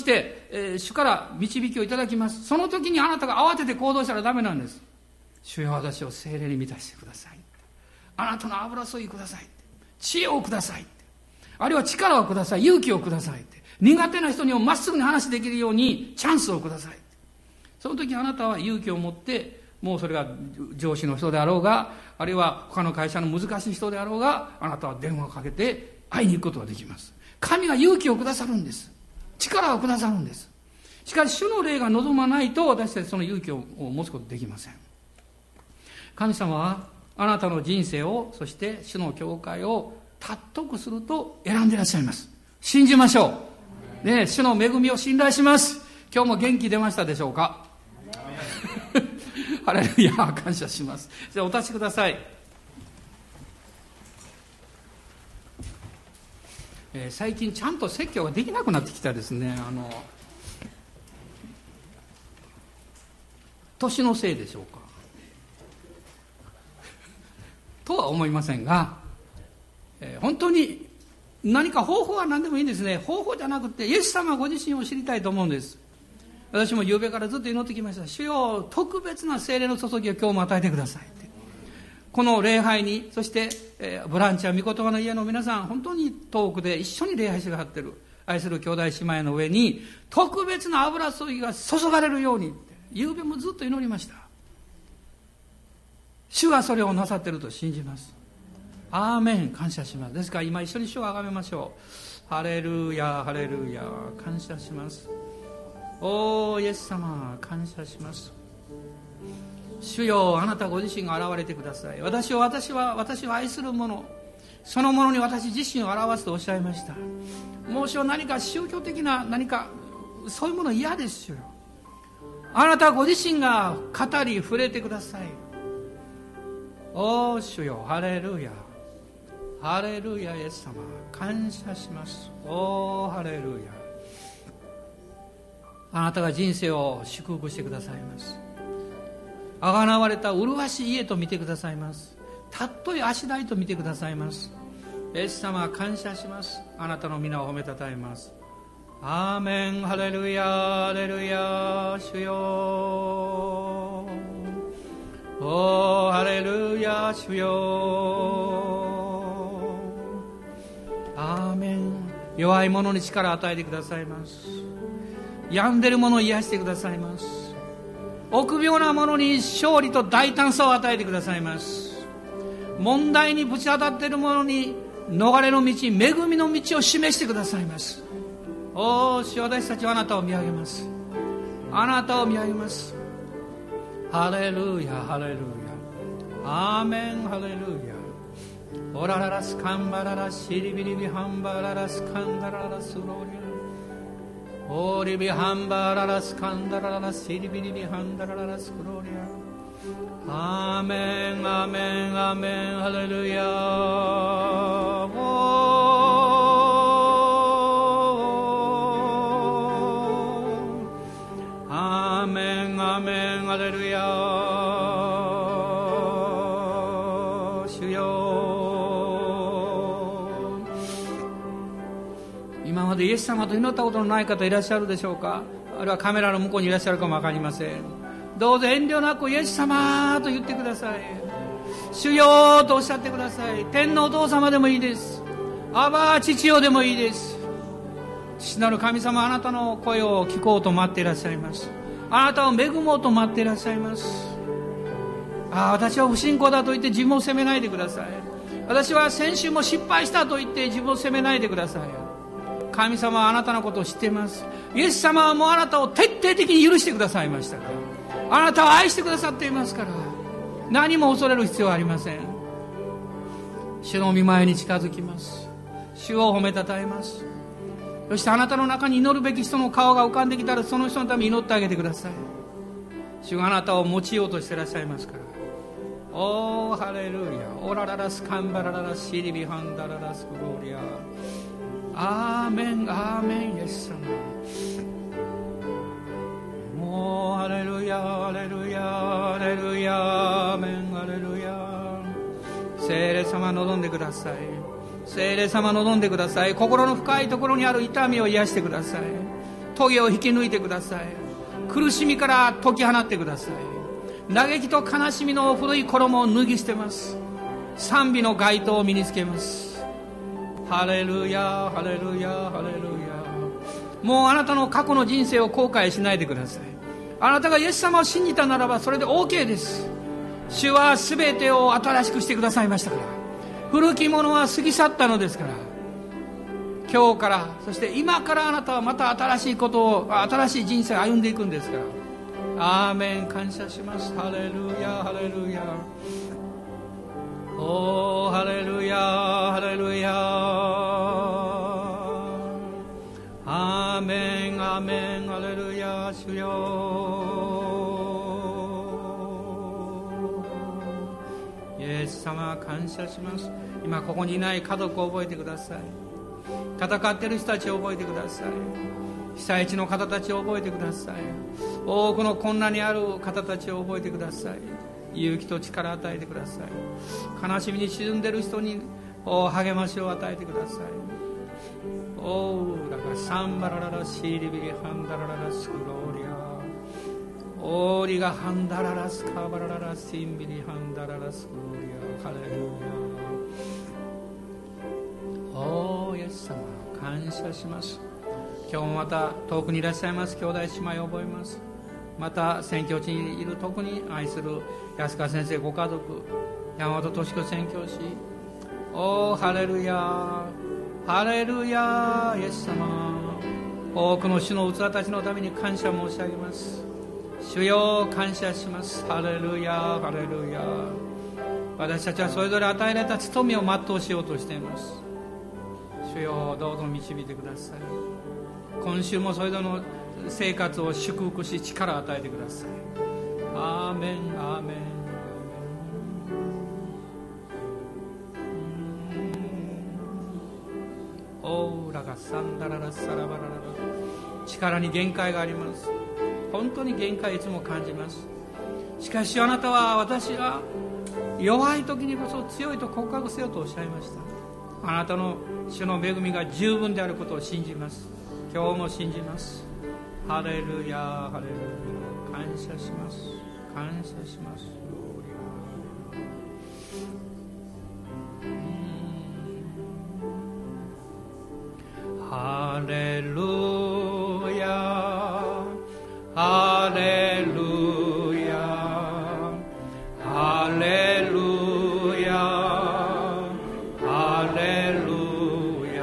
えー、主から導きをいただきます。その時にあなたが慌てて行動したらダメなんです。主よ、私を聖霊に満たしてください。あなたの油注ぎください。知恵をください。あるいは力をください。勇気をください。苦手な人にもまっすぐに話できるようにチャンスをください。その時あなたは勇気を持って、もうそれが上司の人であろうが、あるいは他の会社の難しい人であろうが、あなたは電話をかけて会いに行くことができます。神が勇気をくださるんです。力をくださるんです。しかし主の霊が望まないと私たちその勇気を持つことできません。神様はあなたの人生を、そして主の教会を尊くすると選んでいらっしゃいます。信じましょう、ね、主の恵みを信頼します。今日も元気出ましたでしょうか。ハレルヤ、感謝します。じゃあお立ちください。えー、最近ちゃんと説教ができなくなってきたですね。あの年のせいでしょうか。 とは思いませんが、えー、本当に何か方法は何でもいいんですね。方法じゃなくてイエス様ご自身を知りたいと思うんです。私も夕べからずっと祈ってきました。主よ、特別な聖霊の注ぎを今日も与えてくださいって。この礼拝に、そして、えー、ボランチャー御言葉の家の皆さん、本当に遠くで一緒に礼拝しがはってる愛する兄弟姉妹の上に特別な油注ぎが注がれるようにって、夕べもずっと祈りました。主がそれをなさっていると信じます。アーメン。感謝します。ですから今一緒に主をあがめましょう。ハレルヤ、ハレルヤ。感謝します。おー、イエス様、感謝します。主よ、あなたご自身が現れてください。私を私は私を愛する者、そのものに私自身を表すとおっしゃいました。もう主よ、何か宗教的な何かそういうもの嫌です。主よ、あなたご自身が語り触れてください。おー、主よ、ハレルヤ、ハレルヤ。イエス様、感謝します。おー、ハレルヤ。あなたが人生を祝福してくださいます。あがなわれた麗しい家と見てくださいます。たっとい足台と見てくださいます。イエス様、感謝します。あなたの皆を褒めたたえます。アーメン。ハレルヤ、ハレルヤ。主よ、おー、ハレルヤ。主よ、アーメン。弱い者に力を与えてくださいます。病んでる者を癒してくださいます。臆病な者に勝利と大胆さを与えてくださいます。問題にぶち当たっている者に逃れの道、恵みの道を示してくださいます。おー、主よ、私たちはあなたを見上げます。あなたを見上げます。ハレルヤ、ハレルヤ。アーメン。ハレルヤ。オラララスカンバララシリビリビハンバララスカンダララスローリア。オリビハンバララスカンダララシリビリビハンダララスクローリア。アーメン、アーメン、アーメン。ハレルヤ。アーメン、アーメン。ハレルヤ。主よ、今までイエス様と祈ったことのない方いらっしゃるでしょうか。あるいはカメラの向こうにいらっしゃるかも分かりません。どうぞ遠慮なくイエス様と言ってください。主よとおっしゃってください。天のお父様でもいいです。アバ父よでもいいです。父なる神様、あなたの声を聞こうと待っていらっしゃいます。あなたを恵もうと待っていらっしゃいます。ああ、私は不信仰だと言って自分を責めないでください。私は先週も失敗したと言って自分を責めないでください。神様はあなたのことを知っています。イエス様はもうあなたを徹底的に許してくださいましたから、あなたを愛してくださっていますから、何も恐れる必要はありません。主の御前に近づきます。主を褒めたたえます。そしてあなたの中に祈るべき人の顔が浮かんできたら、その人のために祈ってあげてください。主があなたを用いようとしていらっしゃいますから。おー、ハレルヤ。オラララスカンバラララシリビハンダララスクローリア。アーメン、アーメン。イエス様、もうハレルヤ、ハレルヤ、ハレルヤ、アーメン、ハレルヤ。聖霊様、望んでください。聖霊様、望んでください。心の深いところにある痛みを癒してください。棘を引き抜いてください。苦しみから解き放ってください。嘆きと悲しみの古い衣を脱ぎ捨てます。賛美の街灯を身につけます。ハレルヤ、ハレルヤ、ハレルヤ。もうあなたの過去の人生を後悔しないでください。あなたがイエス様を信じたならばそれで OK です。主は全てを新しくしてくださいましたから。古きものは過ぎ去ったのですから、今日から、そして今からあなたはまた新しいことを、新しい人生を歩んでいくんですから。アーメン。感謝します。ハレルヤ、ハレルヤ。おー、ハレルヤ、ハレルヤ。アーメン、アーメン、ハレルヤ。主よ、イエス様、感謝します。今ここにいない家族を覚えてください。戦っている人たちを覚えてください。被災地の方たちを覚えてください。多くの困難にある方たちを覚えてください。 勇気と力を与えてください。悲しみに沈んでいる人に励ましを与えてください。オーラがサンバラララシーリビリハンダラララスクローリアオーリがハンダララスカバラララシンビリハンダララスクローリアハレルヤ。おーイエス様感謝します。今日もまた遠くにいらっしゃいます兄弟姉妹を覚えます。また宣教地にいる特に愛する安川先生ご家族、山本敏子宣教師、おーハレルヤハレルヤ。イエス様多くの主の器たちのために感謝申し上げます。主よ感謝します。ハレルヤハレルヤ。私たちはそれぞれ与えられた務めを全うしようとしています。主よどうぞ導いてください。今週もそれぞれの生活を祝福し力を与えてください。アーメンアーメン。オーラがサンダララサラバラララ。力に限界があります。本当に限界いつも感じます。しかしあなたは私が弱い時にこそ強いと告白せよとおっしゃいました。あなたの主の恵みが十分であることを信じます。今日も信じます。ハレルヤハレルヤ。感謝します感謝します。ハレルヤハレルヤハレルヤハレルヤ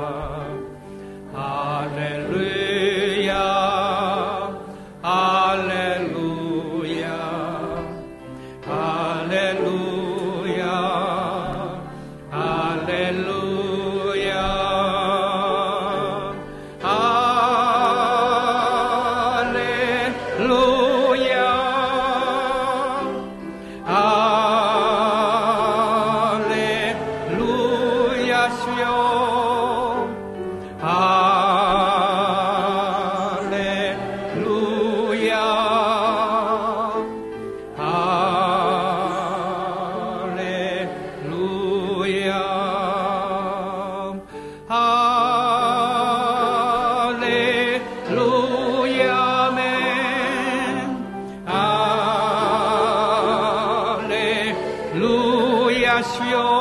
ハレルヤハレルヤハレルヤハレルヤ主よ